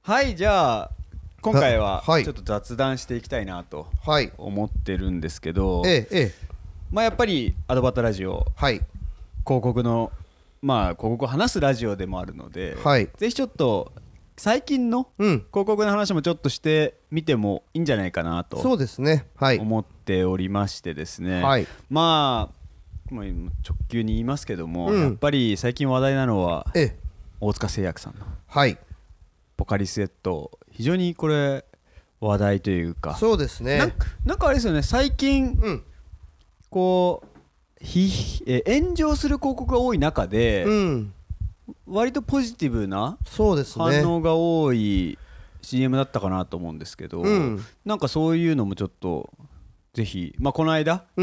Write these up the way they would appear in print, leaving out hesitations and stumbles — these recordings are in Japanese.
はい、じゃあ今回ははいちょっと雑談していきたいなとはい思ってるんですけど、 ええまあやっぱりアドバタラジオはい広告の広告を話すラジオでもあるので、 はいぜひちょっと最近のうん広告の話もちょっとしてみてもいいんじゃないかなとそうですねはい思っておりましてですね、 はいまあもう直球に言いますけども、 うんやっぱり最近話題なのはええ大塚製薬さんのはいポカリスエット、非常にこれ話題というか、 そうですねなんかあれですよね、最近うんこう炎上する広告が多い中で、 うん割とポジティブなそうですね反応が多い CM だったかなと思うんですけど、 うんなんかそういうのもちょっとぜひ、この間、 うん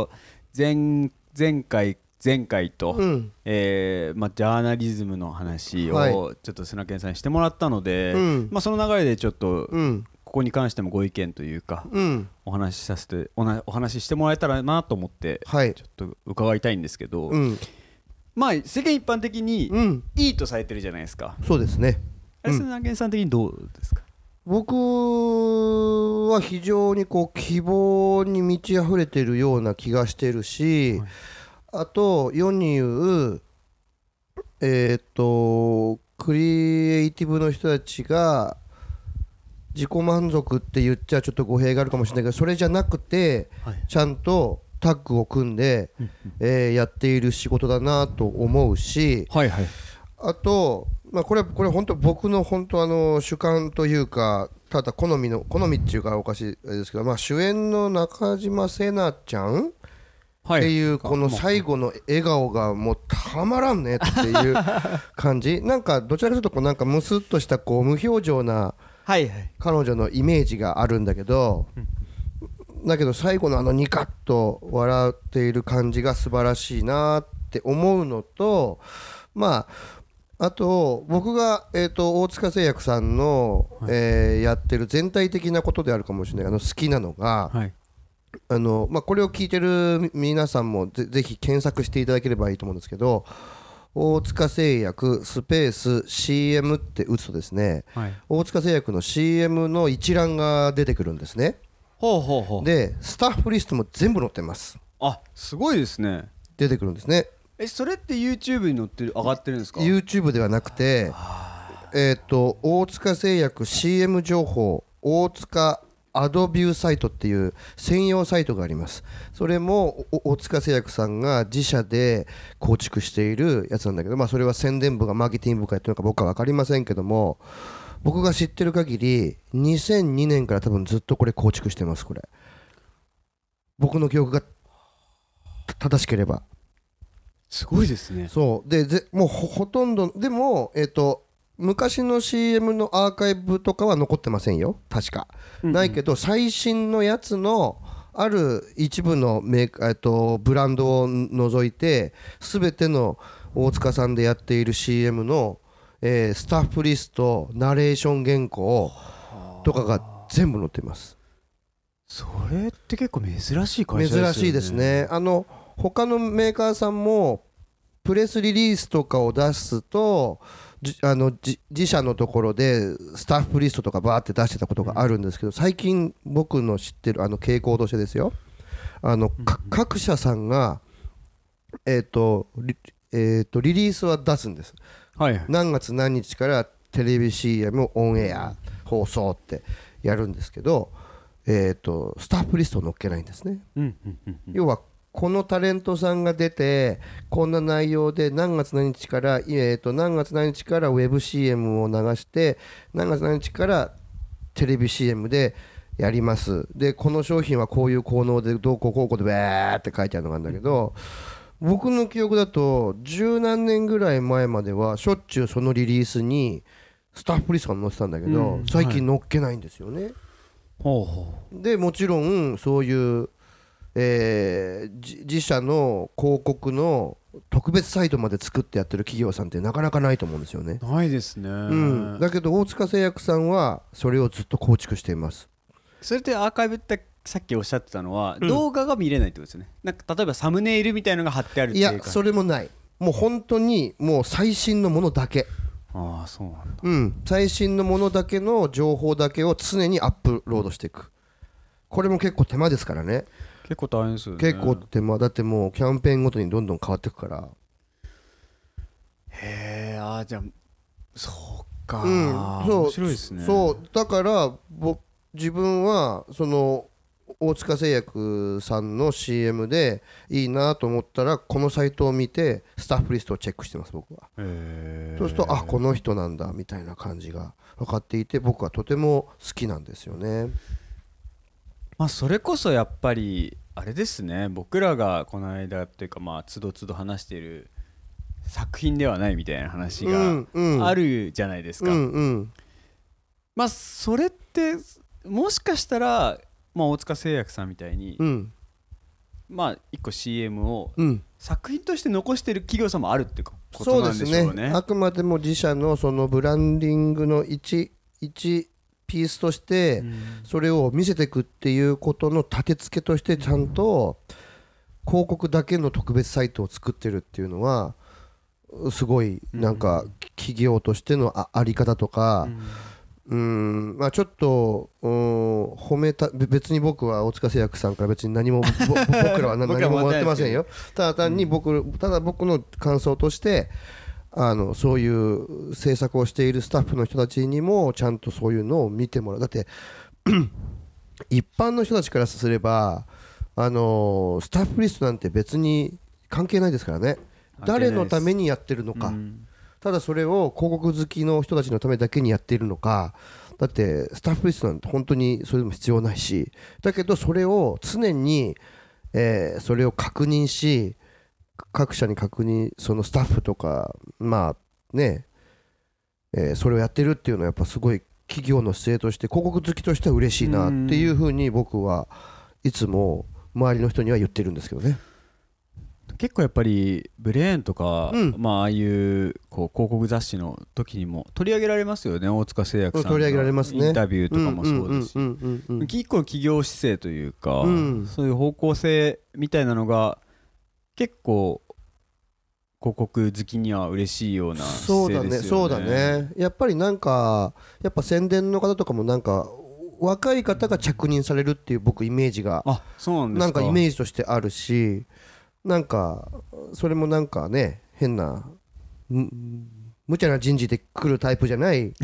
前回と、 うんジャーナリズムの話はいをちょっと砂健さんにしてもらったので、 うんその流れでちょっとうんここに関してもご意見というか、 うんお話ししてもらえたらなと思ってはいちょっと伺いたいんですけど、 うん世間一般的にうんいいとされてるじゃないですか。 そうですねあれ砂健さん的にどうですか？ 僕は非常にこう希望に満ち溢れてるような気がしてるし、あと世に言うクリエイティブの人たちが自己満足って言っちゃちょっと語弊があるかもしれないけど、それじゃなくてちゃんとタッグを組んでやっている仕事だなと思うし、 はいはい。 あと、これ本当僕の主観というか、ただ好みっていうかおかしいですけど、主演の中島せなちゃんっていうこの最後の笑顔がもうたまらんねっていう感じなんかどちらかというとこうなんかムスッとしたこう無表情な彼女のイメージがあるんだけど、だけど最後のニカッと笑っている感じが素晴らしいなって思うのと、あと僕が大塚製薬さんのやってる全体的なことであるかもしれない好きなのが、これを聞いてる皆さんもぜひ検索していただければいいと思うんですけど、大塚製薬スペース CM って打つとですね、大塚製薬の CM の一覧が出てくるんですね。でスタッフリストも全部載ってます。 あ、すごいですね。 出てくるんですね。 それって YouTube に上がってるんですか？ YouTube ではなくて大塚製薬 CM 情報大塚アドビューサイトっていう専用サイトがあります。それも大塚製薬さんが自社で構築しているやつなんだけど、それは宣伝部がマーケティング部がやってるのか僕は分かりませんけども、僕が知ってる限り2002年から多分ずっとこれ構築してます。これ僕の記憶が正しければ。 すごいですね。 そうでもうほとんどでも昔の CM のアーカイブとかは残ってませんよ確か、ないけど最新のやつのある一部のブランドを除いて全ての大塚さんでやっている CM のスタッフリストナレーション原稿とかが全部載っています。 それって結構珍しい会社ですよね。 珍しいですね。他のメーカーさんもプレスリリースとかを出すと自社のところでスタッフリストとかバーって出してたことがあるんですけど、最近僕の知ってる傾向としてですよ、各社さんがリリースは出すんです、何月何日からテレビ CM オンエア放送ってやるんですけど、スタッフリストを載っけないんですね。要はこのタレントさんが出てこんな内容で何月何日から、何月何日からウェブ CM を流して何月何日からテレビ CM でやります。でこの商品はこういう効能でどうこうこうこうでバーって書いてあるのがあるんだけど、僕の記憶だと十何年ぐらい前まではしょっちゅうそのリリースにスタッフリストが載ってたんだけど、最近載っけないんですよね。でもちろんそういう自社の広告の特別サイトまで作ってやってる企業さんってなかなかないと思うんですよね。 ないですね、 だけど大塚製薬さんはそれをずっと構築しています。 それってアーカイブってさっきおっしゃってたのは、動画が見れないってことですよね。なんか例えばサムネイルみたいなのが貼ってあるっていうか。 いやそれもない。もう本当にもう最新のものだけ。 ああそうなんだ。 うん、最新のものだけの情報だけを常にアップロードしていく。これも結構手間ですからね。 結構大変ですよね。 結構手間だってもうキャンペーンごとにどんどん変わっていくから。 へえ、ああじゃあそうか、 うん、そう面白いですね。 そうだから自分はその大塚製薬さんの CM でいいなと思ったらこのサイトを見てスタッフリストをチェックしてます僕は。そうするとあこの人なんだみたいな感じが分かっていて僕はとても好きなんですよね。 まあそれこそやっぱりあれですね、僕らがこの間っていうかまあつどつど話している作品ではないみたいな話があるじゃないですか。まあそれってもしかしたら、まあ、大塚製薬さんみたいに、まあ一個 CM を作品として残してる企業さんもあるってことなんでしょうね。 そうですね。あくまでも自社のそのブランディングの一ピースとしてそれを見せていくっていうことの立て付けとしてちゃんと広告だけの特別サイトを作ってるっていうのはすごいなんか企業としてのあり方とか、まあちょっと褒めた別に僕は大塚製薬さんから別に何も僕らは何ももらってませんよ。ただ単に僕の感想としてそういう制作をしているスタッフの人たちにもちゃんとそういうのを見てもらう。だって一般の人たちからすればスタッフリストなんて別に関係ないですからね。誰のためにやってるのか、ただそれを広告好きの人たちのためだけにやっているのか。だってスタッフリストなんて本当にそれでも必要ないし、だけどそれを常に、それを確認し各社に確認、そのスタッフとかまあね、それをやってるっていうのはやっぱすごい企業の姿勢として広告好きとしては嬉しいなっていうふうに僕はいつも周りの人には言ってるんですけどね。 結構やっぱりブレーンとか、まあああいうこう広告雑誌の時にも取り上げられますよね。大塚製薬さんのインタビューとかもそうですし、一個の企業姿勢というか、そういう方向性みたいなのが結構広告好きには嬉しいような姿勢ですよね。 そうだね。やっぱりなんかやっぱ宣伝の方とかもなんか若い方が着任されるっていう僕イメージがなんかイメージとしてあるし、なんかそれもなんかね変な無茶な人事で来るタイプじゃないいい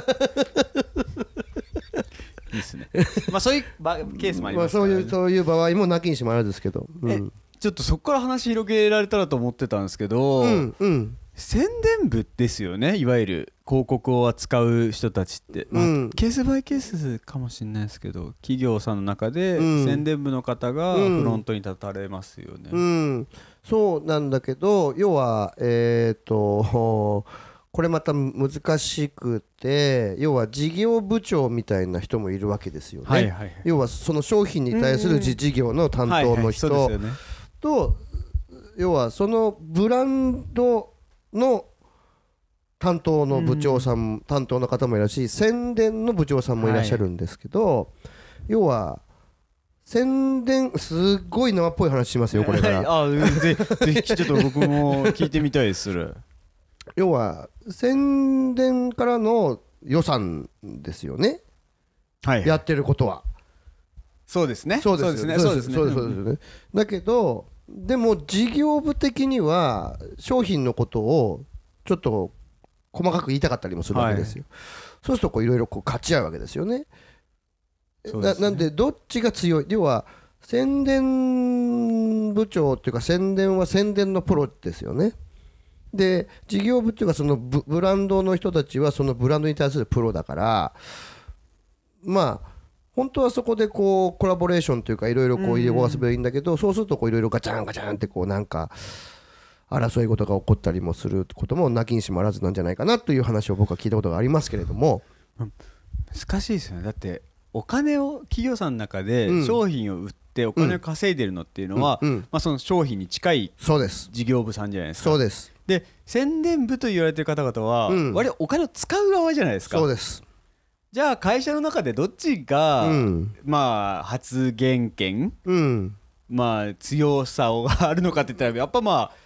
ですね。まあそういうケースもありますからね。 そういう場合もなきにしもあらずですけど、 ちょっとそこから話広げられたらと思ってたんですけど、宣伝部ですよね、いわゆる広告を扱う人たちって、まあケースバイケースかもしれないですけど、企業さんの中で宣伝部の方がフロントに立たれますよね。 そうなんだけど、要はこれまた難しくて、要は事業部長みたいな人もいるわけですよね。要はその商品に対する事業の担当の人と、要はそのブランドの担当の部長さん、担当の方もいらっしゃるし、宣伝の部長さんもいらっしゃるんですけど、要は宣伝、すっごい生っぽい話しますよこれからぜひちょっと僕も聞いてみたいですそれ。 要は宣伝からの予算ですよね、やってることは。 そうですね。 だけどでも事業部的には商品のことをちょっと細かく言いたかったりもするわけですよ。そうするといろいろ勝ち合うわけですよね。なんでどっちが強い、要は宣伝部長っていうか宣伝は宣伝のプロですよね。で事業部っていうかそのブランドの人たちはそのブランドに対するプロだから、まあ本当はそこでこうコラボレーションというかいろいろこう入れ動かせばいいんだけど、そうするといろいろガチャンガチャンってこうなんか争い事が起こったりもすることもなきにしもあらずなんじゃないかなという話を僕は聞いたことがありますけれども。 難しいですよね。だってお金を企業さんの中で商品を売ってお金を稼いでるのっていうのは、まあその商品に近い事業部さんじゃないですか。 そうです。 で宣伝部と言われてる方々は割とお金を使う側じゃないですか。 そうです。 じゃあ会社の中でどっちがまあ発言権、まあ強さがあるのかって言ったらやっぱまあ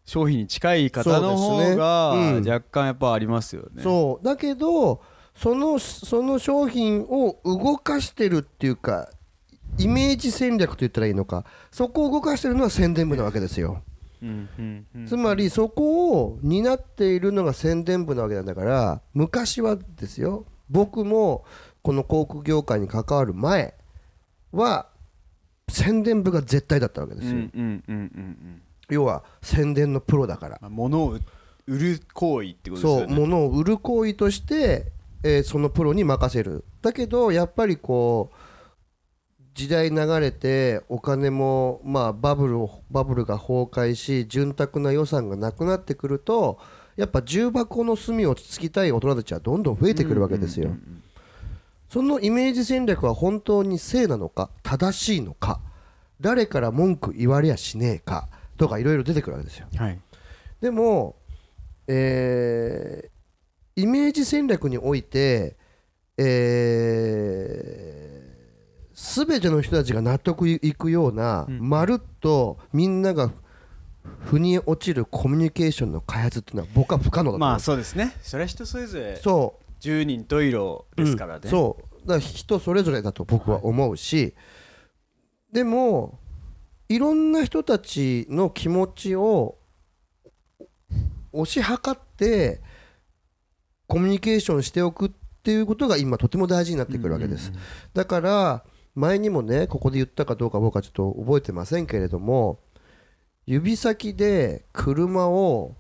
商品に近い方の方が若干やっぱありますよね。 そうだけどその商品を動かしてるっていうかイメージ戦略と言ったらいいのか、そこを動かしてるのは宣伝部なわけですよ。つまりそこを担っているのが宣伝部なわけなんだから、昔はですよ、僕もこの広告業界に関わる前は宣伝部が絶対だったわけですよ。要は宣伝のプロだから、 物を売る行為ってことですよね。 そう、物を売る行為として、そのプロに任せる。だけどやっぱりこう時代流れてお金もまあバブルが崩壊し潤沢な予算がなくなってくると、やっぱ重箱の隅をつきたい大人たちはどんどん増えてくるわけですよ。そのイメージ戦略は本当に正なのか正しいのか、誰から文句言われやしねえかとかいろいろ出てくるわけですよ。でも、イメージ戦略において、全ての人たちが納得いくような、まるっとみんなが腑に落ちるコミュニケーションの開発っていうのは僕は不可能だと思う。 まあそうですね。それは人それぞれ十人十色ですからね。 そうだから人それぞれだと僕は思うし、でもいろんな人たちの気持ちを推し量ってコミュニケーションしておくっていうことが今とても大事になってくるわけです。だから前にもねここで言ったかどうか僕はちょっと覚えてませんけれども、指先で車を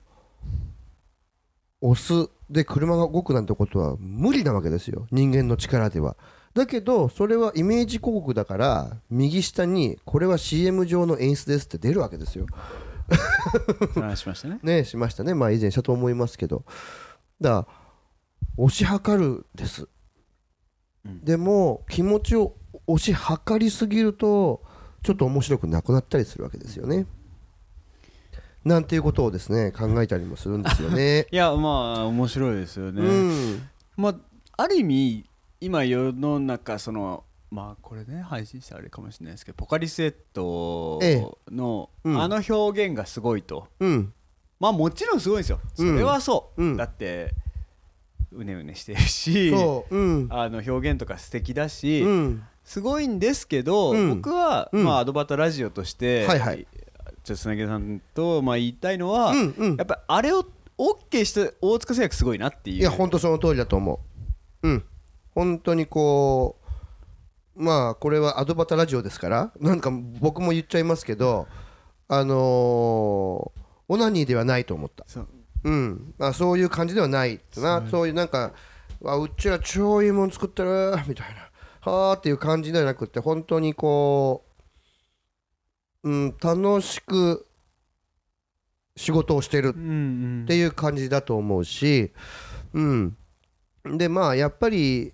押すで車が動くなんてことは無理なわけですよ、人間の力では。だけどそれはイメージ広告だから右下にこれは CM 上の演出ですって出るわけですよ。 しましたね。 ね、しましたね。まあ以前したと思いますけど、だから推し量るです、でも気持ちを推し量りすぎるとちょっと面白くなくなったりするわけですよね。なんていうことをですね考えたりもするんですよね。 いやまあ面白いですよね。まあある意味今世の中そのまあこれね配信したらあれかもしれないですけど、ポカリスエットのあの表現がすごいと、まあもちろんすごいんですよ、それはそう、だってうねうねしてるし、あの表現とか素敵だし、すごいんですけど、僕はまあアドバタラジオとしてちょっと砂毛さんとまあ言いたいのは、やっぱりあれを OK した大塚製薬すごいなっていう。いや本当その通りだと思う。本当にこうまあこれはアドバタラジオですからなんか僕も言っちゃいますけど、オナニーではないと思った。そういう感じではないな。そういうなんかうちは超いいもん作ってるみたいなはーっていう感じではなくて、本当にこう、楽しく仕事をしてるっていう感じだと思うし、でまあやっぱり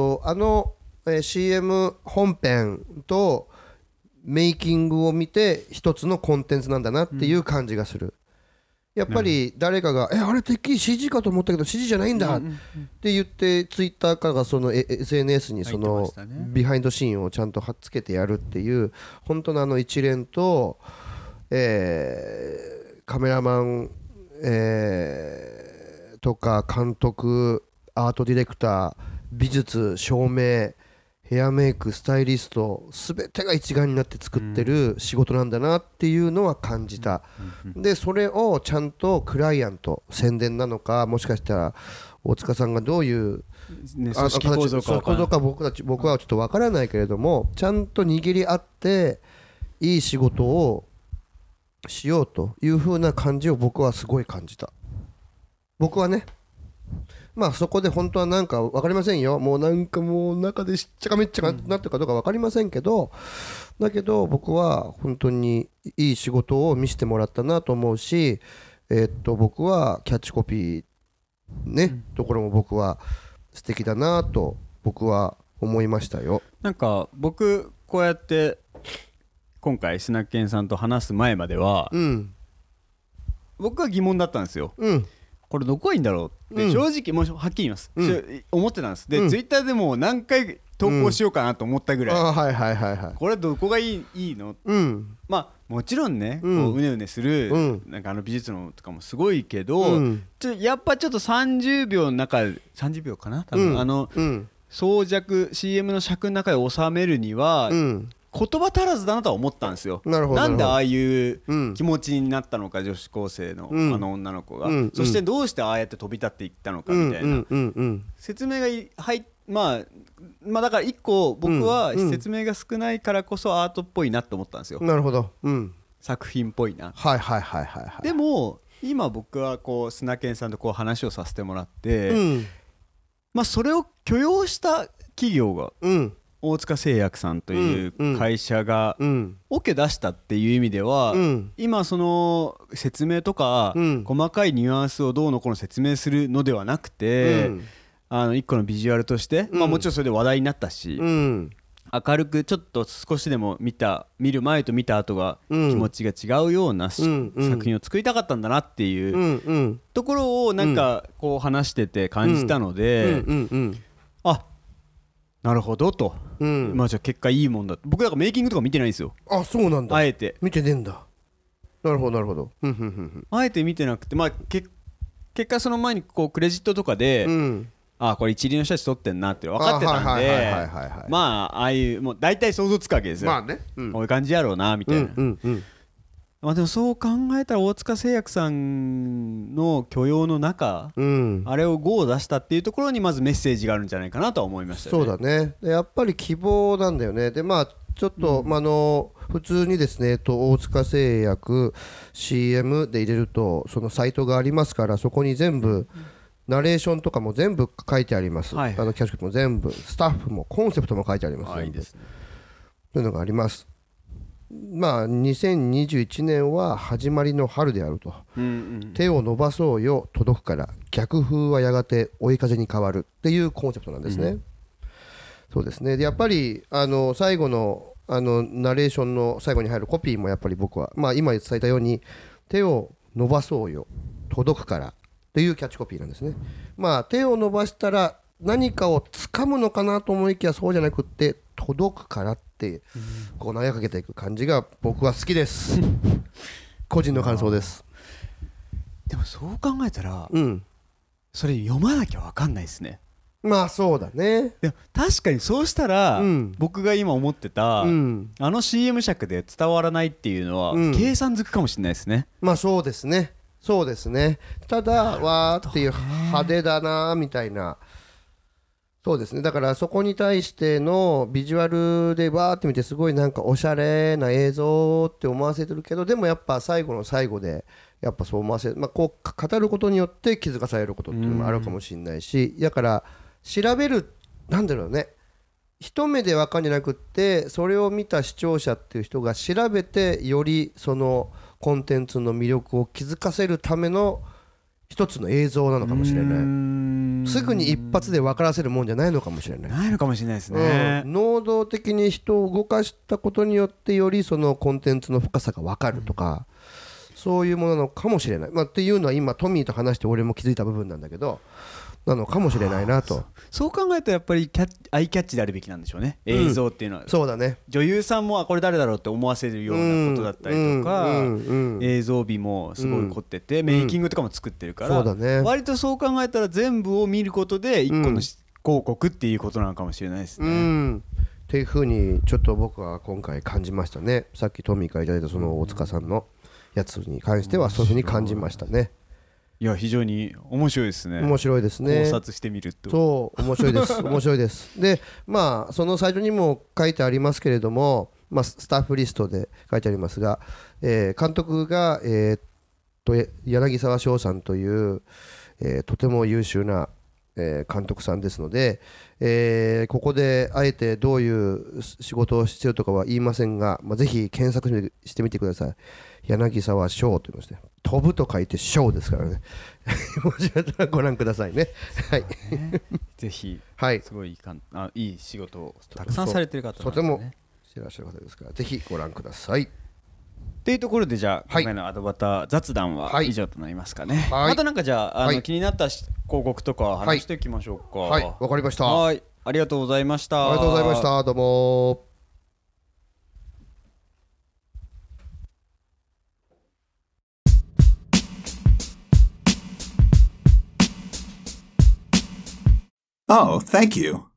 CM 本編とメイキングを見て一つのコンテンツなんだなっていう感じがする。やっぱり誰かがあれてっきり CG かと思ったけど CG じゃないんだって言ってツイッターからその SNS にそのビハインドシーンをちゃんと貼っつけてやるっていう本当の一連と、カメラマン、とか監督、アートディレクター、美術、照明、ヘアメイク、スタイリスト、全てが一丸になって作ってる仕事なんだなっていうのは感じた。でそれをちゃんとクライアント、宣伝なのか、もしかしたら大塚さんがどういう組織構造か僕はちょっと分からないけれども、ちゃんと握り合っていい仕事をしようという風な感じを僕はすごい感じた。僕はね、まあそこで本当はなんか分かりませんよ、もうなんかもう中でしっちゃかめっちゃかなってるかどうか分かりませんけど、だけど僕は本当にいい仕事を見せてもらったなと思うし、僕はキャッチコピーね、ところも僕は素敵だなと僕は思いましたよ。 なんか僕こうやって今回砂健さんと話す前までは、僕は疑問だったんですよ、これどこがいいんだろうって正直もうはっきり言います、思ってたんです。で、ツイッターでも何回投稿しようかなと思ったぐらい、これどこがいいの、まあもちろんね、 うんこううねうねする、なんか美術のとかもすごいけど、やっぱちょっと30秒の中30秒かな多分、装着 CM の尺の中で収めるには、言葉足らずだなとは思ったんですよ。なんでああいう気持ちになったのか、女子高生の、あの女の子が、そしてどうしてああやって飛び立っていったのかみたいな、説明がまあだから一個僕は説明が少ないからこそアートっぽいなと思ったんですよ。 なるほど、 作品っぽいな。 はいはいはいはいはい。 でも今僕はこう砂健さんとこう話をさせてもらって、まあそれを許容した企業が、大塚製薬さんという会社が OK 出したっていう意味では、今その説明とか細かいニュアンスをどうのこうの説明するのではなくて、一個のビジュアルとして、もちろんそれで話題になったし、明るくちょっと少しでも見る前と見た後が気持ちが違うような、作品を作りたかったんだなっていうところをなんかこう話してて感じたので、あ、なるほどと、まあじゃあ結果いいもんだ。僕だからメイキングとか見てないんですよ。 あ、そうなんだ。 あえて見てねえんだ。なるほどなるほど。 あえて見てなくて、まあ結果その前にこうクレジットとかで、これ一流の人たち撮ってんなって分かってたんで、まあああいうもう大体想像つくわけですよ。 まあね、 こういう感じやろうなみたいな。まあでもそう考えたら大塚製薬さんの許容の中、あれを5を出したっていうところにまずメッセージがあるんじゃないかなとは思いましたね。 そうだね。やっぱり希望なんだよね。でまあちょっと、普通にですね、大塚製薬 CM で入れるとそのサイトがありますから、そこに全部、ナレーションとかも全部書いてあります、キャッシュも全部、スタッフもコンセプトも書いてあります。いいですね。そういうのがあります。まあ2021年は始まりの春であると、手を伸ばそうよ届くから逆風はやがて追い風に変わるっていうコンセプトなんですね。そうですね。でやっぱり最後のナレーションの最後に入るコピーもやっぱり僕は、まあ、今伝えたように手を伸ばそうよ届くからというキャッチコピーなんですね。まあ手を伸ばしたら何かを掴むのかなと思いきや、そうじゃなくって届くからってこう投げかけていく感じが僕は好きです個人の感想です。 でもそう考えたら、それ読まなきゃ分かんないですね。 まあそうだね。 でも確かにそうしたら、僕が今思ってた、CM 尺で伝わらないっていうのは、計算づくかもしれないですね。 まあそうですね。そうですね。ただわーっていう派手だなみたいな。そうですね。だからそこに対してのビジュアルでわーって見てすごいなんかおしゃれな映像って思わせてるけど、でもやっぱ最後の最後でやっぱそう思わせる、まあこう語ることによって気づかされることっていうのもあるかもしれないし、だから調べる、なんだろうね、一目で分かるんじゃなくって、それを見た視聴者っていう人が調べてよりそのコンテンツの魅力を気づかせるための一つの映像なのかもしれない。すぐに一発で分からせるもんじゃないのかもしれない。 ないのかもしれないですね。 能動的に人を動かしたことによってよりそのコンテンツの深さが分かるとか、そういうものなのかもしれない。まあ、っていうのは今トミーと話して俺も気づいた部分なんだけど、なのかもしれないなと。 そう考えるとやっぱりアイキャッチであるべきなんでしょうね、映像っていうのは。 そうだね。 女優さんもこれ誰だろうって思わせるようなことだったりとか、映像美もすごい凝ってて、メイキングとかも作ってるから、 そうだね。 割とそう考えたら全部を見ることで一個の広告っていうことなのかもしれないですね。 っていうふうにちょっと僕は今回感じましたね。さっきトミーからいただいたその大塚さんのやつに関してはそういうふうに感じましたね。 いや非常に面白いですね。 面白いですね。 考察してみると。 そう面白いです面白いです。でまあそのサイトにも書いてありますけれども、まあ、スタッフリストで書いてありますが、監督が、柳沢翔さんという、とても優秀な、監督さんですので、ここであえてどういう仕事をしているとかは言いませんが、ぜひ検索してみてください。柳沢翔と言いまして、飛ぶと書いて翔ですからねもしよかったらご覧くださいねはいぜひ、すごいいい仕事をたくさんされてる方なんですね。 とてもしてらっしゃる方ですから、ぜひご覧ください。 っていうところで、じゃあ今回のアドバタ雑談は以上となりますかね。またなんかじゃあ気になった広告とか話していきましょうか。 はい、わかりました。 はい、ありがとうございました。 ありがとうございました。どうも。 Oh, thank you.